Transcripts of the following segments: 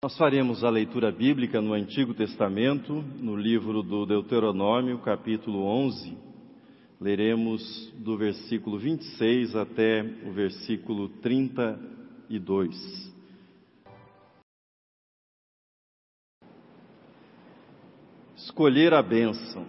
Nós faremos a leitura bíblica no Antigo Testamento, no livro do Deuteronômio, capítulo 11. Leremos do versículo 26 até o versículo 32. Escolher a bênção.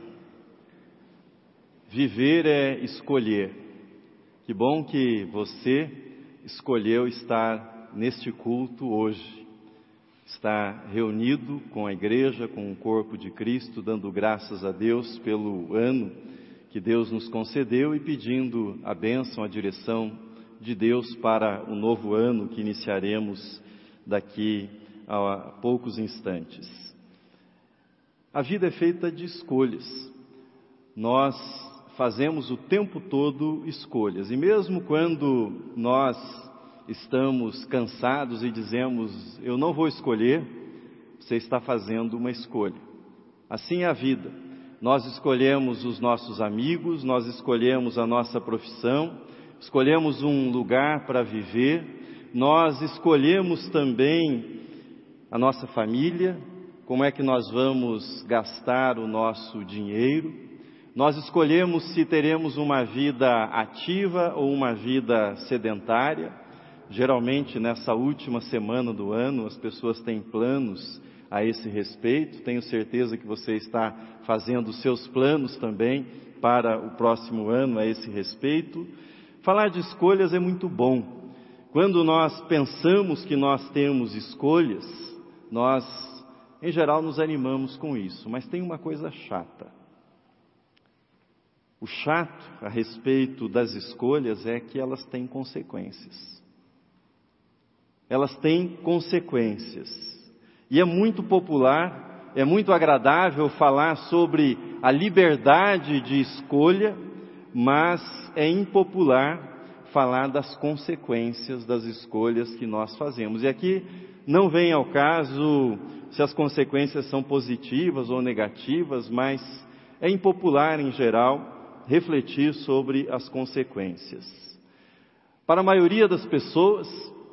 Viver é escolher. Que bom que você escolheu estar neste culto hoje. Está reunido com a igreja, com o corpo de Cristo, dando graças a Deus pelo ano que Deus nos concedeu e pedindo a bênção, a direção de Deus para o novo ano que iniciaremos daqui a poucos instantes. A vida é feita de escolhas. Nós fazemos o tempo todo escolhas. E mesmo quando nós estamos cansados e dizemos, eu não vou escolher, você está fazendo uma escolha. Assim é a vida. Nós escolhemos os nossos amigos, nós escolhemos a nossa profissão, escolhemos um lugar para viver, nós escolhemos também a nossa família, como é que nós vamos gastar o nosso dinheiro, nós escolhemos se teremos uma vida ativa ou uma vida sedentária. Geralmente, nessa última semana do ano, as pessoas têm planos a esse respeito. Tenho certeza que você está fazendo os seus planos também para o próximo ano a esse respeito. Falar de escolhas é muito bom. Quando nós pensamos que nós temos escolhas, nós, em geral, nos animamos com isso. Mas tem uma coisa chata. O chato a respeito das escolhas é que elas têm consequências. Elas têm consequências. E é muito popular, é muito agradável falar sobre a liberdade de escolha, mas é impopular falar das consequências das escolhas que nós fazemos. E aqui não vem ao caso se as consequências são positivas ou negativas, mas é impopular em geral refletir sobre as consequências. Para a maioria das pessoas,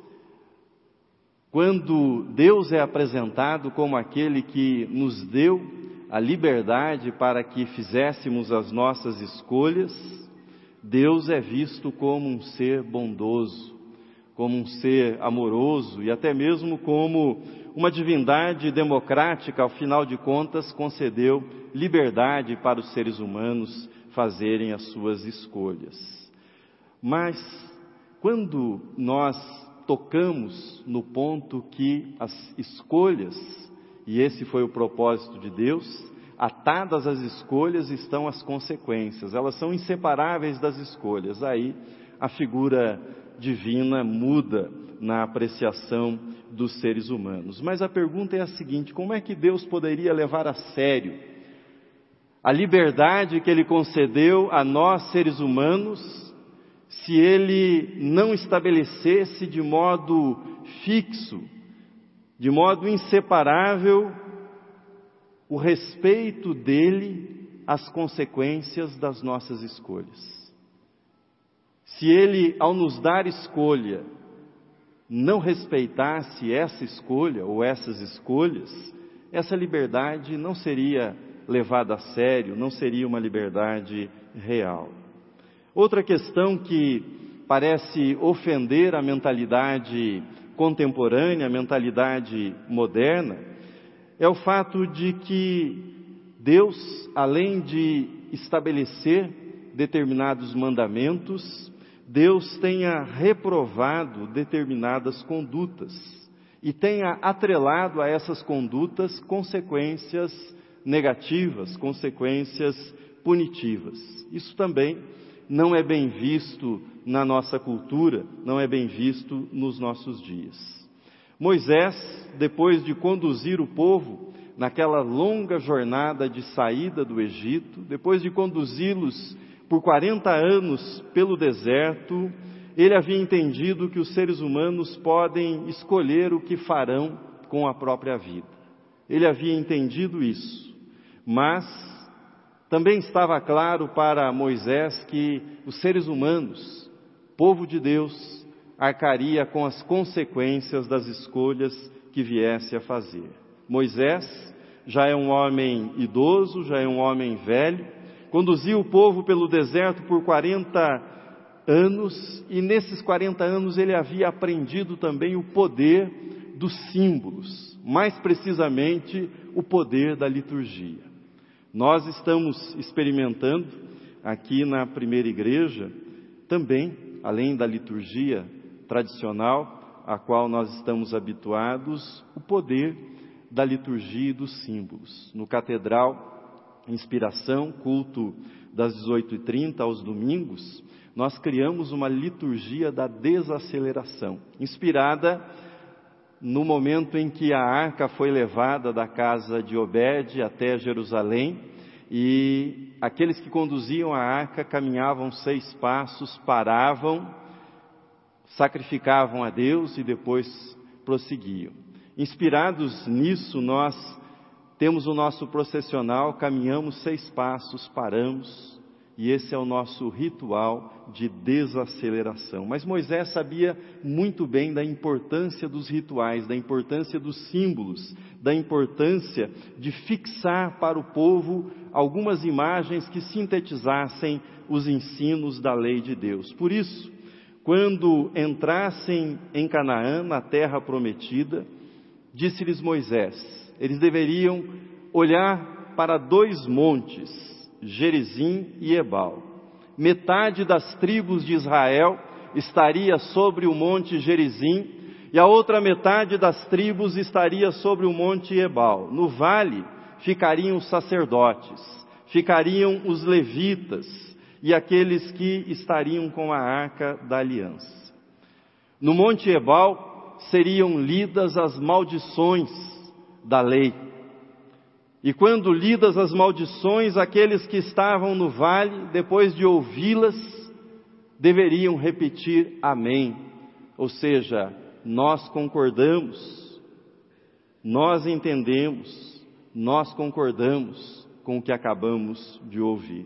quando Deus é apresentado como aquele que nos deu a liberdade para que fizéssemos as nossas escolhas, Deus é visto como um ser bondoso, como um ser amoroso e até mesmo como uma divindade democrática, afinal de contas, concedeu liberdade para os seres humanos fazerem as suas escolhas. Mas, quando nós tocamos no ponto que as escolhas, e esse foi o propósito de Deus, atadas às escolhas estão as consequências, elas são inseparáveis das escolhas. Aí a figura divina muda na apreciação dos seres humanos. Mas a pergunta é a seguinte: como é que Deus poderia levar a sério a liberdade que Ele concedeu a nós seres humanos, se Ele não estabelecesse de modo fixo, de modo inseparável, o respeito dEle às consequências das nossas escolhas? Se Ele, ao nos dar escolha, não respeitasse essa escolha ou essas escolhas, essa liberdade não seria levada a sério, não seria uma liberdade real. Outra questão que parece ofender a mentalidade contemporânea, a mentalidade moderna, é o fato de que Deus, além de estabelecer determinados mandamentos, Deus tenha reprovado determinadas condutas e tenha atrelado a essas condutas consequências negativas, consequências punitivas. Isso também não é bem visto na nossa cultura, não é bem visto nos nossos dias. Moisés, depois de conduzir o povo naquela longa jornada de saída do Egito, depois de conduzi-los por 40 anos pelo deserto, ele havia entendido que os seres humanos podem escolher o que farão com a própria vida. Ele havia entendido isso, mas também estava claro para Moisés que os seres humanos, povo de Deus, arcaria com as consequências das escolhas que viesse a fazer. Moisés já é um homem idoso, já é um homem velho, conduziu o povo pelo deserto por 40 anos, e nesses 40 anos ele havia aprendido também o poder dos símbolos, mais precisamente o poder da liturgia. Nós estamos experimentando aqui na primeira igreja também, além da liturgia tradicional, a qual nós estamos habituados, o poder da liturgia e dos símbolos. No Catedral Inspiração, culto das 18h30 aos domingos, nós criamos uma liturgia da desaceleração, inspirada no momento em que a arca foi levada da casa de Obed até Jerusalém, e aqueles que conduziam a arca caminhavam 6 passos, paravam, sacrificavam a Deus e depois prosseguiam. Inspirados nisso, nós temos o nosso processional, caminhamos 6 passos, paramos, e esse é o nosso ritual de desaceleração. Mas Moisés sabia muito bem da importância dos rituais, da importância dos símbolos, da importância de fixar para o povo algumas imagens que sintetizassem os ensinos da lei de Deus. Por isso, quando entrassem em Canaã, na terra prometida, disse-lhes Moisés, eles deveriam olhar para 2 montes, Gerizim e Ebal. Metade das tribos de Israel estaria sobre o monte Gerizim e a outra metade das tribos estaria sobre o monte Ebal. No vale ficariam os sacerdotes, ficariam os levitas e aqueles que estariam com a arca da aliança. No monte Ebal seriam lidas as maldições da lei. E quando lidas as maldições, aqueles que estavam no vale, depois de ouvi-las, deveriam repetir amém. Ou seja, nós concordamos, nós entendemos, nós concordamos com o que acabamos de ouvir.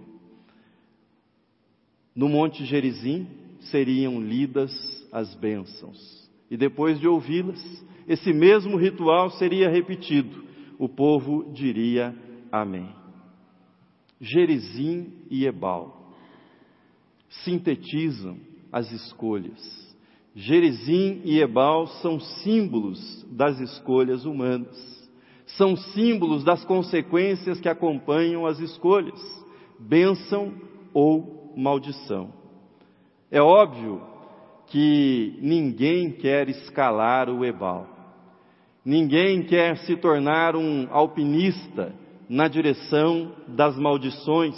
No Monte Gerizim seriam lidas as bênçãos. E depois de ouvi-las, esse mesmo ritual seria repetido. O povo diria amém. Gerizim e Ebal sintetizam as escolhas. Gerizim e Ebal são símbolos das escolhas humanas. São símbolos das consequências que acompanham as escolhas, bênção ou maldição. É óbvio que ninguém quer escalar o Ebal. Ninguém quer se tornar um alpinista na direção das maldições.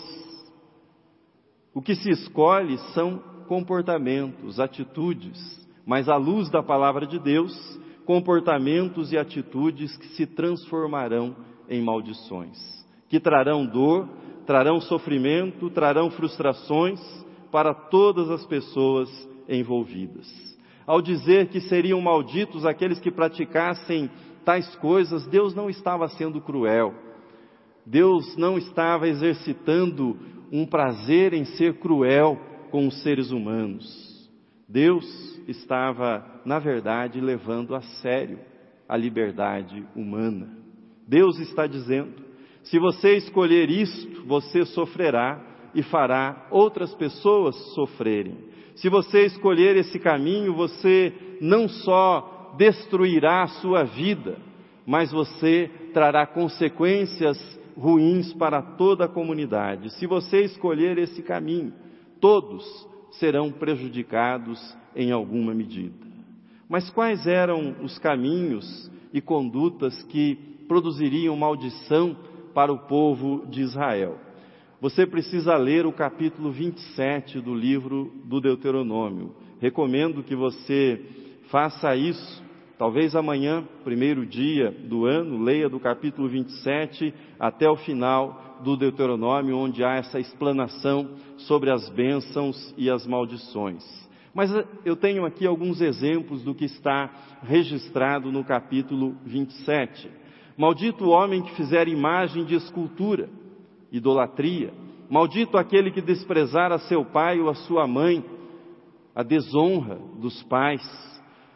O que se escolhe são comportamentos, atitudes, mas à luz da palavra de Deus, comportamentos e atitudes que se transformarão em maldições, que trarão dor, trarão sofrimento, trarão frustrações para todas as pessoas envolvidas. Ao dizer que seriam malditos aqueles que praticassem tais coisas, Deus não estava sendo cruel. Deus não estava exercitando um prazer em ser cruel com os seres humanos. Deus estava, na verdade, levando a sério a liberdade humana. Deus está dizendo, se você escolher isto, você sofrerá e fará outras pessoas sofrerem. Se você escolher esse caminho, você não só destruirá a sua vida, mas você trará consequências ruins para toda a comunidade. Se você escolher esse caminho, todos serão prejudicados em alguma medida. Mas quais eram os caminhos e condutas que produziriam maldição para o povo de Israel? Você precisa ler o capítulo 27 do livro do Deuteronômio. Recomendo que você faça isso. Talvez amanhã, primeiro dia do ano, leia do capítulo 27 até o final do Deuteronômio, onde há essa explanação sobre as bênçãos e as maldições. Mas eu tenho aqui alguns exemplos do que está registrado no capítulo 27. Maldito o homem que fizer imagem de escultura, idolatria. Maldito aquele que desprezar a seu pai ou a sua mãe, a desonra dos pais.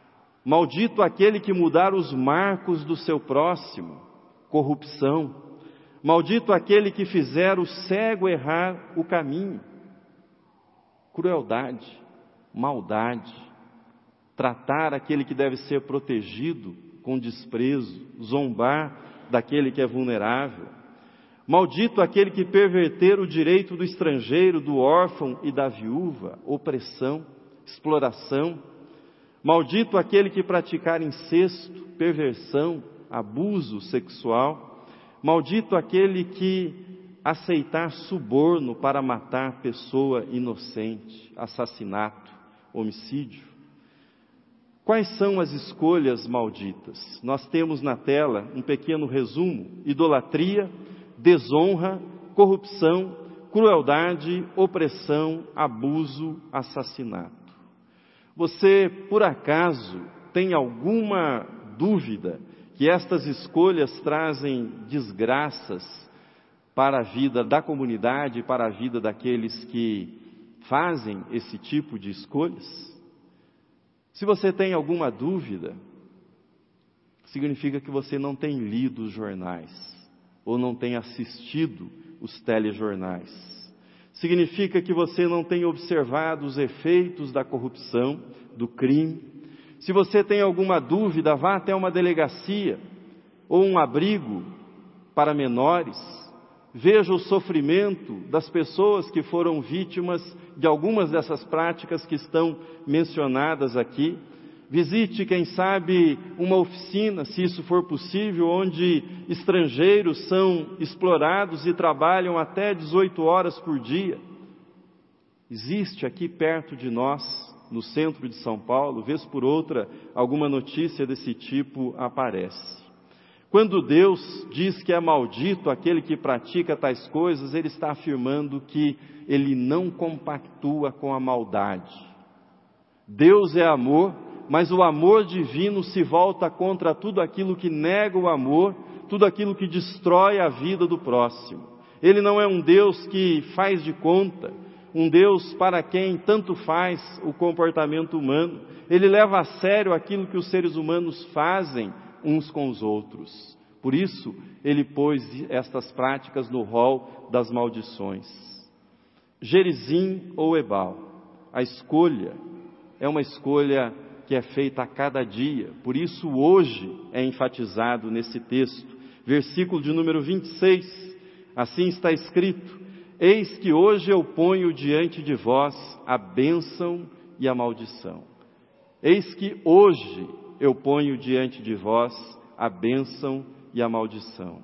Maldito aquele que mudar os marcos do seu próximo, corrupção. Maldito aquele que fizer o cego errar o caminho, crueldade, maldade. Tratar aquele que deve ser protegido com desprezo, zombar daquele que é vulnerável. Maldito aquele que perverter o direito do estrangeiro, do órfão e da viúva, opressão, exploração. Maldito aquele que praticar incesto, perversão, abuso sexual. Maldito aquele que aceitar suborno para matar pessoa inocente, assassinato, homicídio. Quais são as escolhas malditas? Nós temos na tela um pequeno resumo: idolatria, desonra, corrupção, crueldade, opressão, abuso, assassinato. Você, por acaso, tem alguma dúvida que estas escolhas trazem desgraças para a vida da comunidade, para a vida daqueles que fazem esse tipo de escolhas? Se você tem alguma dúvida, significa que você não tem lido os jornais, ou não tem assistido os telejornais. Significa que você não tem observado os efeitos da corrupção, do crime. Se você tem alguma dúvida, vá até uma delegacia ou um abrigo para menores. Veja o sofrimento das pessoas que foram vítimas de algumas dessas práticas que estão mencionadas aqui. Visite, quem sabe, uma oficina, se isso for possível, onde estrangeiros são explorados e trabalham até 18 horas por dia. Existe aqui perto de nós, no centro de São Paulo, vez por outra, alguma notícia desse tipo aparece. Quando Deus diz que é maldito aquele que pratica tais coisas, Ele está afirmando que Ele não compactua com a maldade. Deus é amor, mas o amor divino se volta contra tudo aquilo que nega o amor, tudo aquilo que destrói a vida do próximo. Ele não é um Deus que faz de conta, um Deus para quem tanto faz o comportamento humano. Ele leva a sério aquilo que os seres humanos fazem uns com os outros. Por isso, Ele pôs estas práticas no rol das maldições. Gerizim ou Ebal, a escolha é uma escolha que é feita a cada dia. Por isso hoje é enfatizado nesse texto. Versículo de número 26, assim está escrito: eis que hoje eu ponho diante de vós a bênção e a maldição. Eis que hoje eu ponho diante de vós a bênção e a maldição.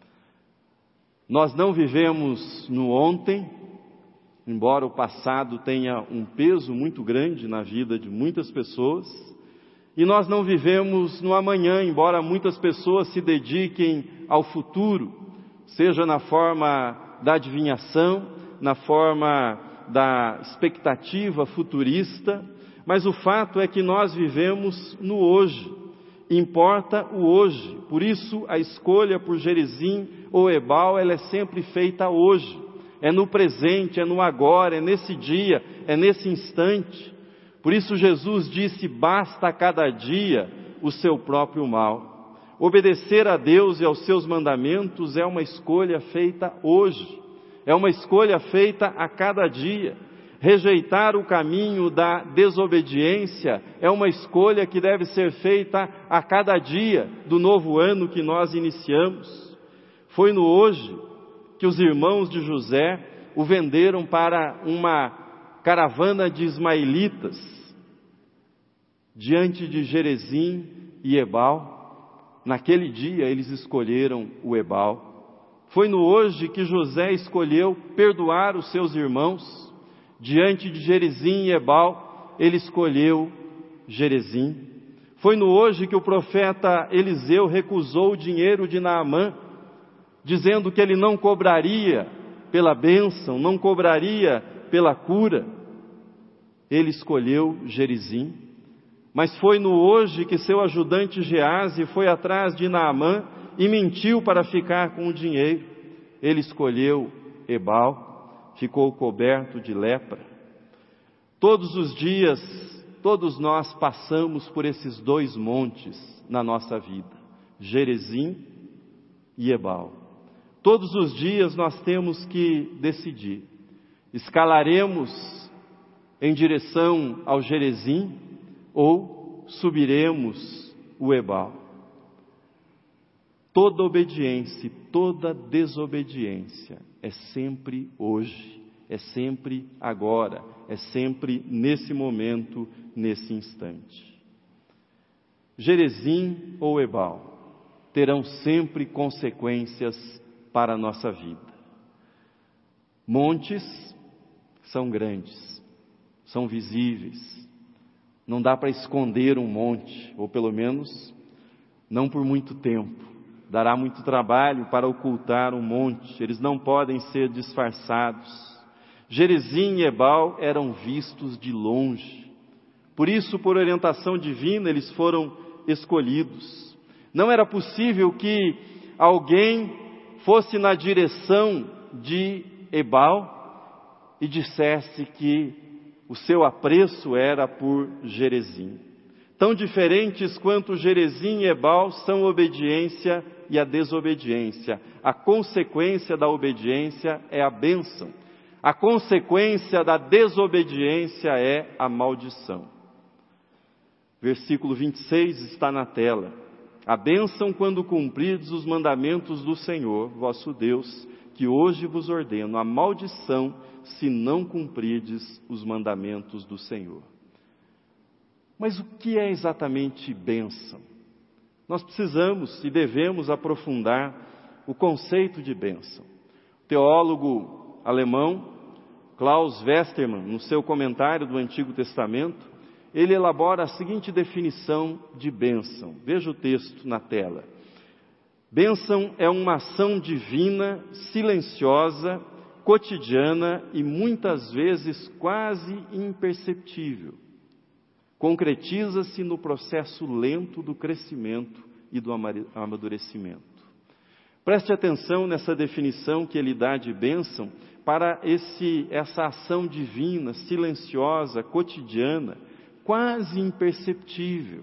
Nós não vivemos no ontem, embora o passado tenha um peso muito grande na vida de muitas pessoas, e nós não vivemos no amanhã, embora muitas pessoas se dediquem ao futuro, seja na forma da adivinhação, na forma da expectativa futurista, mas o fato é que nós vivemos no hoje, importa o hoje. Por isso a escolha por Gerizim ou Ebal, ela é sempre feita hoje. É no presente, é no agora, é nesse dia, é nesse instante. Por isso Jesus disse: basta a cada dia o seu próprio mal. Obedecer a Deus e aos seus mandamentos é uma escolha feita hoje. É uma escolha feita a cada dia. Rejeitar o caminho da desobediência é uma escolha que deve ser feita a cada dia do novo ano que nós iniciamos. Foi no hoje que os irmãos de José o venderam para uma caravana de ismaelitas, diante de Gerizim e Ebal. Naquele dia eles escolheram o Ebal. Foi no hoje que José escolheu perdoar os seus irmãos. Diante de Gerizim e Ebal, ele escolheu Gerizim. Foi no hoje que o profeta Eliseu recusou o dinheiro de Naamã, dizendo que ele não cobraria pela bênção, não cobraria pela cura. Ele escolheu Gerizim. Mas foi no hoje que seu ajudante Geazi foi atrás de Naamã e mentiu para ficar com o dinheiro. Ele escolheu Ebal, ficou coberto de lepra. Todos os dias todos nós passamos por esses dois montes na nossa vida, Gerezim e Ebal. Todos os dias nós temos que decidir, escalaremos em direção ao Gerezim ou subiremos o Ebal. Toda obediência e toda desobediência é sempre hoje, é sempre agora, é sempre nesse momento, nesse instante. Gerezim ou Ebal terão sempre consequências para a nossa vida. Montes são grandes, são visíveis, não dá para esconder um monte, ou pelo menos não por muito tempo. Dará muito trabalho para ocultar um monte, eles não podem ser disfarçados. Gerezim e Ebal eram vistos de longe, por isso, por orientação divina, eles foram escolhidos. Não era possível que alguém fosse na direção de Ebal e dissesse que o seu apreço era por Gerezim. Tão diferentes quanto Gerezim e Ebal são a obediência e a desobediência. A consequência da obediência é a bênção. A consequência da desobediência é a maldição. Versículo 26 está na tela. A bênção quando cumprides os mandamentos do Senhor, vosso Deus, que hoje vos ordeno. A maldição se não cumprides os mandamentos do Senhor. Mas o que é exatamente bênção? Nós precisamos e devemos aprofundar o conceito de bênção. O teólogo alemão Klaus Westermann, no seu comentário do Antigo Testamento, ele elabora a seguinte definição de bênção. Veja o texto na tela. Bênção é uma ação divina, silenciosa, cotidiana e muitas vezes quase imperceptível. Concretiza-se no processo lento do crescimento e do amadurecimento. Preste atenção nessa definição que ele dá de bênção para essa ação divina, silenciosa, cotidiana, quase imperceptível.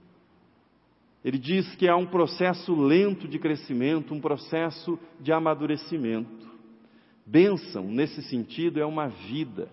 Ele diz que há um processo lento de crescimento, um processo de amadurecimento. Bênção, nesse sentido, é uma vida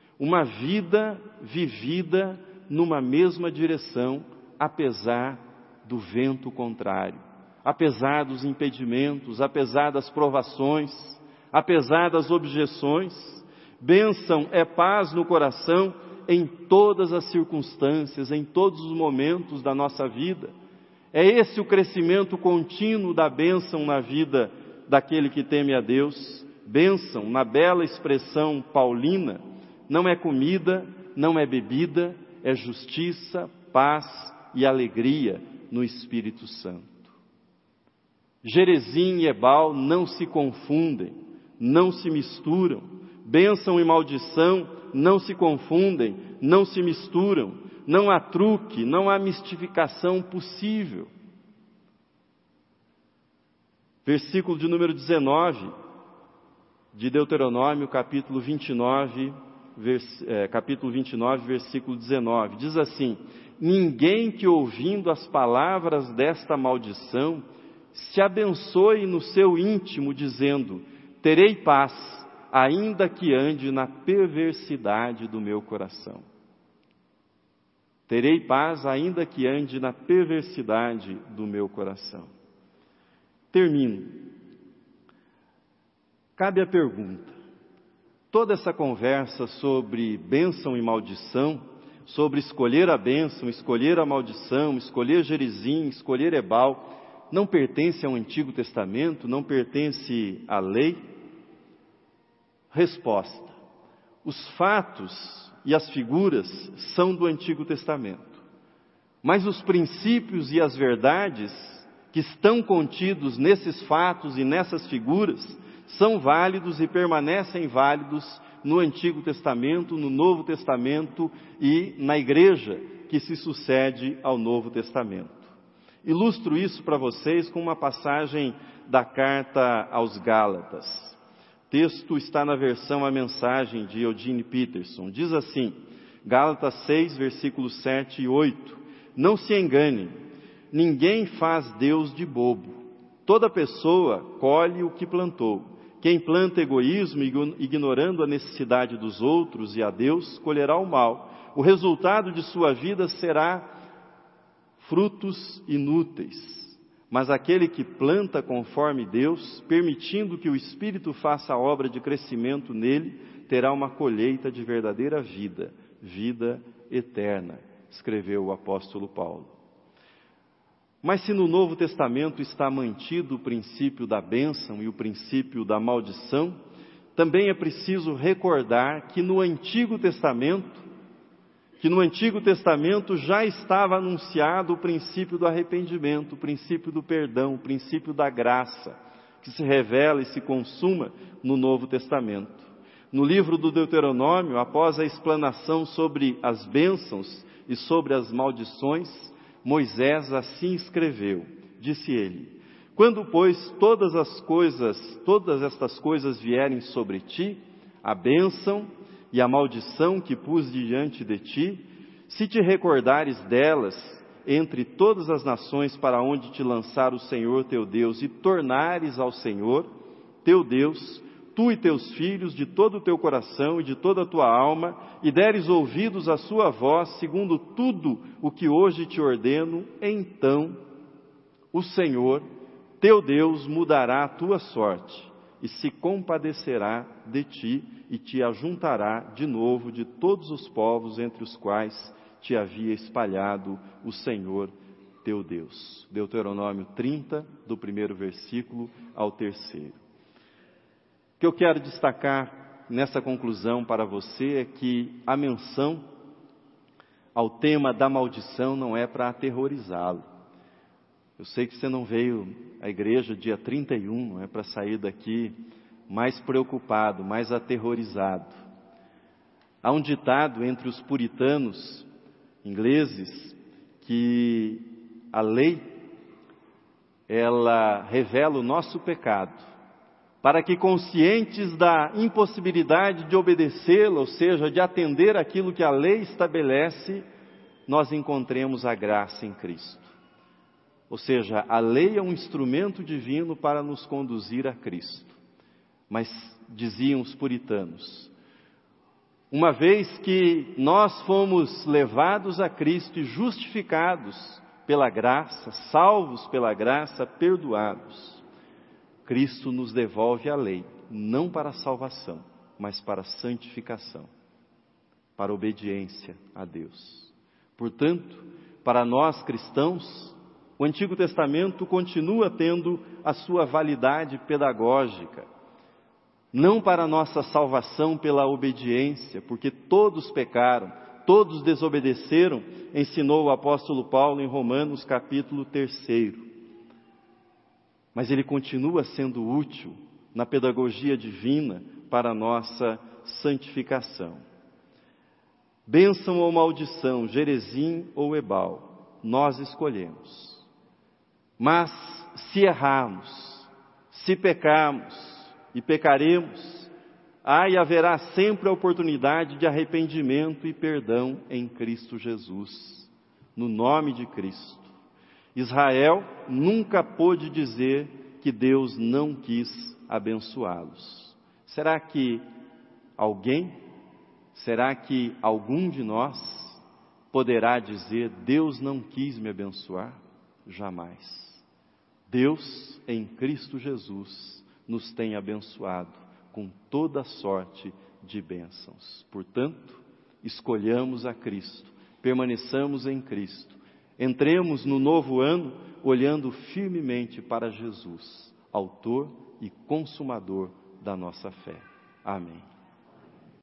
vivida numa mesma direção, apesar do vento contrário, apesar dos impedimentos, apesar das provações, apesar das objeções. Bênção é paz no coração em todas as circunstâncias, em todos os momentos da nossa vida. É esse o crescimento contínuo da bênção na vida daquele que teme a Deus. Bênção, na bela expressão paulina, não é comida, não é bebida, é justiça, paz e alegria no Espírito Santo. Gerezim e Ebal não se confundem, não se misturam. Bênção e maldição não se confundem, não se misturam. Não há truque, não há mistificação possível. Versículo de número 19 de Deuteronômio, capítulo 29, versículo 19, diz assim: ninguém que ouvindo as palavras desta maldição se abençoe no seu íntimo, dizendo: terei paz, ainda que ande na perversidade do meu coração. Terei paz, ainda que ande na perversidade do meu coração. Termino. Cabe a pergunta. Toda essa conversa sobre bênção e maldição, sobre escolher a bênção, escolher a maldição, escolher Gerezim, escolher Ebal, não pertence ao Antigo Testamento, não pertence à lei? Resposta: os fatos e as figuras são do Antigo Testamento, mas os princípios e as verdades que estão contidos nesses fatos e nessas figuras são válidos e permanecem válidos no Antigo Testamento, no Novo Testamento e na igreja que se sucede ao Novo Testamento. Ilustro isso para vocês com uma passagem da carta aos Gálatas. O texto está na versão A Mensagem de Eugene Peterson. Diz assim: Gálatas 6, versículos 7 e 8. Não se engane, ninguém faz Deus de bobo. Toda pessoa colhe o que plantou. Quem planta egoísmo, ignorando a necessidade dos outros e a Deus, colherá o mal. O resultado de sua vida será frutos inúteis. Mas aquele que planta conforme Deus, permitindo que o Espírito faça a obra de crescimento nele, terá uma colheita de verdadeira vida, vida eterna, escreveu o apóstolo Paulo. Mas se no Novo Testamento está mantido o princípio da bênção e o princípio da maldição, também é preciso recordar que no Antigo Testamento já estava anunciado o princípio do arrependimento, o princípio do perdão, o princípio da graça, que se revela e se consuma no Novo Testamento. No livro do Deuteronômio, após a explanação sobre as bênçãos e sobre as maldições, Moisés assim escreveu, disse ele: quando, pois, todas estas coisas vierem sobre ti, a bênção e a maldição que pus diante de ti, se te recordares delas entre todas as nações para onde te lançar o Senhor teu Deus, e tornares ao Senhor teu Deus, tu e teus filhos, de todo o teu coração e de toda a tua alma, e deres ouvidos à sua voz, segundo tudo o que hoje te ordeno, então o Senhor teu Deus mudará a tua sorte, e se compadecerá de ti, e te ajuntará de novo de todos os povos entre os quais te havia espalhado o Senhor teu Deus. Deuteronômio 30, do 1º versículo ao 3º. O que eu quero destacar nessa conclusão para você é que a menção ao tema da maldição não é para aterrorizá-lo. Eu sei que você não veio à igreja dia 31, não é para sair daqui mais preocupado, mais aterrorizado. Há um ditado entre os puritanos ingleses que a lei, ela revela o nosso pecado, para que, conscientes da impossibilidade de obedecê-la, ou seja, de atender aquilo que a lei estabelece, nós encontremos a graça em Cristo. Ou seja, a lei é um instrumento divino para nos conduzir a Cristo. Mas, diziam os puritanos, uma vez que nós fomos levados a Cristo e justificados pela graça, salvos pela graça, perdoados, Cristo nos devolve a lei, não para a salvação, mas para a santificação, para a obediência a Deus. Portanto, para nós cristãos, o Antigo Testamento continua tendo a sua validade pedagógica, não para a nossa salvação pela obediência, porque todos pecaram, todos desobedeceram, ensinou o apóstolo Paulo em Romanos capítulo 3. Mas ele continua sendo útil na pedagogia divina para a nossa santificação. Bênção ou maldição, Gerezim ou Ebal, nós escolhemos. Mas se errarmos, se pecarmos e pecaremos, há e haverá sempre a oportunidade de arrependimento e perdão em Cristo Jesus, no nome de Cristo. Israel nunca pôde dizer que Deus não quis abençoá-los. Será que algum de nós poderá dizer: Deus não quis me abençoar? Jamais. Deus, em Cristo Jesus, nos tem abençoado com toda sorte de bênçãos. Portanto, escolhamos a Cristo, permaneçamos em Cristo, entremos no novo ano olhando firmemente para Jesus, autor e consumador da nossa fé. Amém.